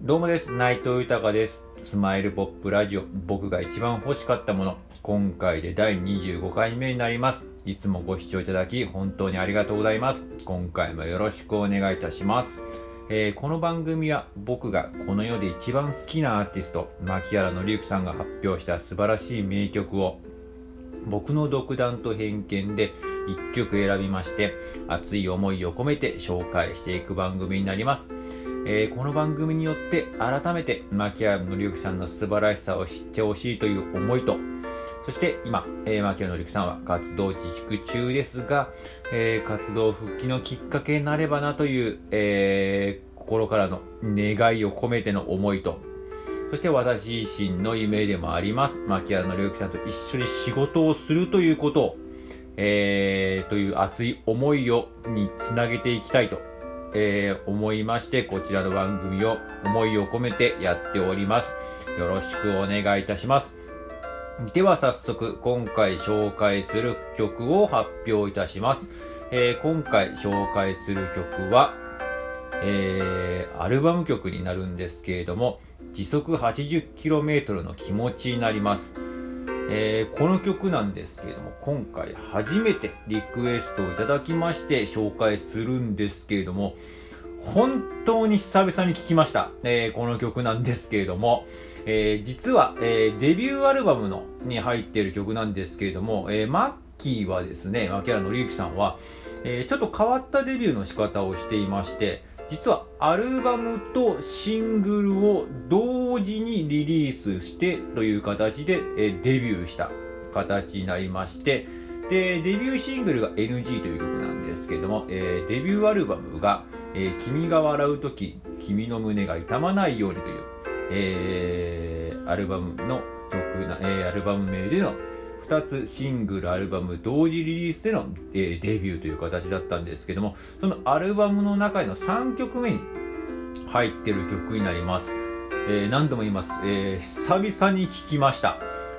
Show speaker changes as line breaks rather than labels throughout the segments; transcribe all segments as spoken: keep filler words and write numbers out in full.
どうもです。内藤豊です。スマイルポップラジオ、僕が一番欲しかったもの、今回でだいにじゅうごかいめになります。いつもご視聴いただき本当にありがとうございます。今回もよろしくお願いいたします。えー、この番組は僕がこの世で一番好きなアーティスト、牧原紀之さんが発表した素晴らしい名曲を僕の独断と偏見でいっきょく選びまして、熱い思いを込めて紹介していく番組になります。えー、この番組によって改めて牧原紀之さんの素晴らしさを知ってほしいという思いと、そして今、えー、牧原紀之さんは活動自粛中ですが、えー、活動復帰のきっかけになればなという、えー、心からの願いを込めての思いと、そして私自身の夢でもあります牧原紀之さんと一緒に仕事をするということを、えー、という熱い思いをにつなげていきたいとえー、思いまして、こちらの番組を思いを込めてやっております。よろしくお願いいたします。では早速今回紹介する曲を発表いたします。えー、今回紹介する曲は、えー、アルバム曲になるんですけれども、時速 はちじゅっキロメートル の気持ちになります。えー、この曲なんですけれども、今回初めてリクエストをいただきまして紹介するんですけれども、本当に久々に聴きました、えー、この曲なんですけれども、えー、実は、えー、デビューアルバムのに入っている曲なんですけれども、えー、マッキーはですね、牧原紀之さんは、えー、ちょっと変わったデビューの仕方をしていまして、実はアルバムとシングルを同時にリリースしてという形でデビューした形になりまして、でデビューシングルが エヌジー という曲なんですけれども、えー、デビューアルバムが、えー、君が笑うとき君の胸が痛まないようにという、えー、アルバムの曲な、えー、アルバム名でのふたつシングルアルバム同時リリースでの、えー、デビューという形だったんですけども、そのアルバムの中のさんきょくめに入っている曲になります。えー、何度も言います、えー、久々に聴きました。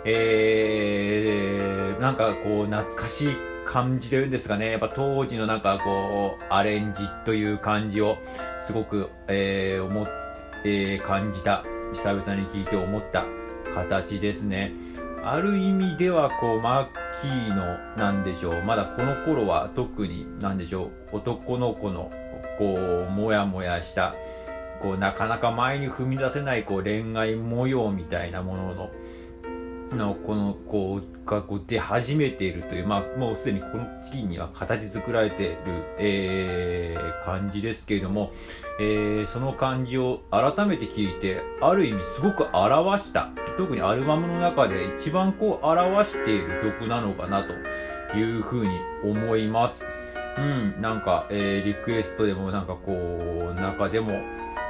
えー、なんかこう懐かしい感じというんですかね、やっぱ当時のなんかこうアレンジという感じをすごく、えー思っえー、感じた、久々に聴いて思った形ですね。ある意味ではこうマッキーのなんでしょう、まだこの頃は特になんでしょう、男の子のこうモヤモヤしたこうなかなか前に踏み出せないこう恋愛模様みたいなものののこのこうがこう出始めているという、まあもうすでにこの時期には形作られている、えー、感じですけれども、えー、その感じを改めて聞いて、ある意味すごく表した、特にアルバムの中で一番こう表している曲なのかなというふうに思います。うん、なんか、えー、リクエストでもなんかこう中でも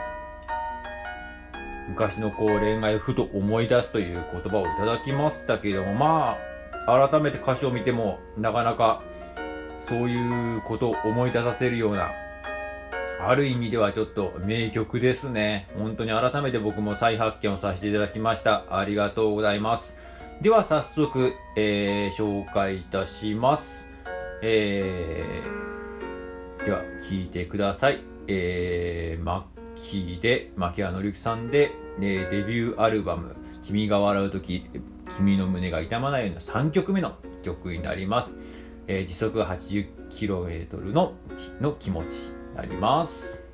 昔のこう恋愛をふと思い出すという言葉をいただきましたけれども、まあ改めて歌詞を見てもなかなかそういうことを思い出させるような、ある意味ではちょっと名曲ですね。本当に改めて僕も再発見をさせていただきました。ありがとうございます。では早速、えー、紹介いたします。えー、では聴いてください。えー、マッキーで牧原紀之さんで、えー、デビューアルバム君が笑うとき君の胸が痛まないようなさんきょくめの曲になります。えー、時速 はちじゅっキロメートル の, の気持ちになります。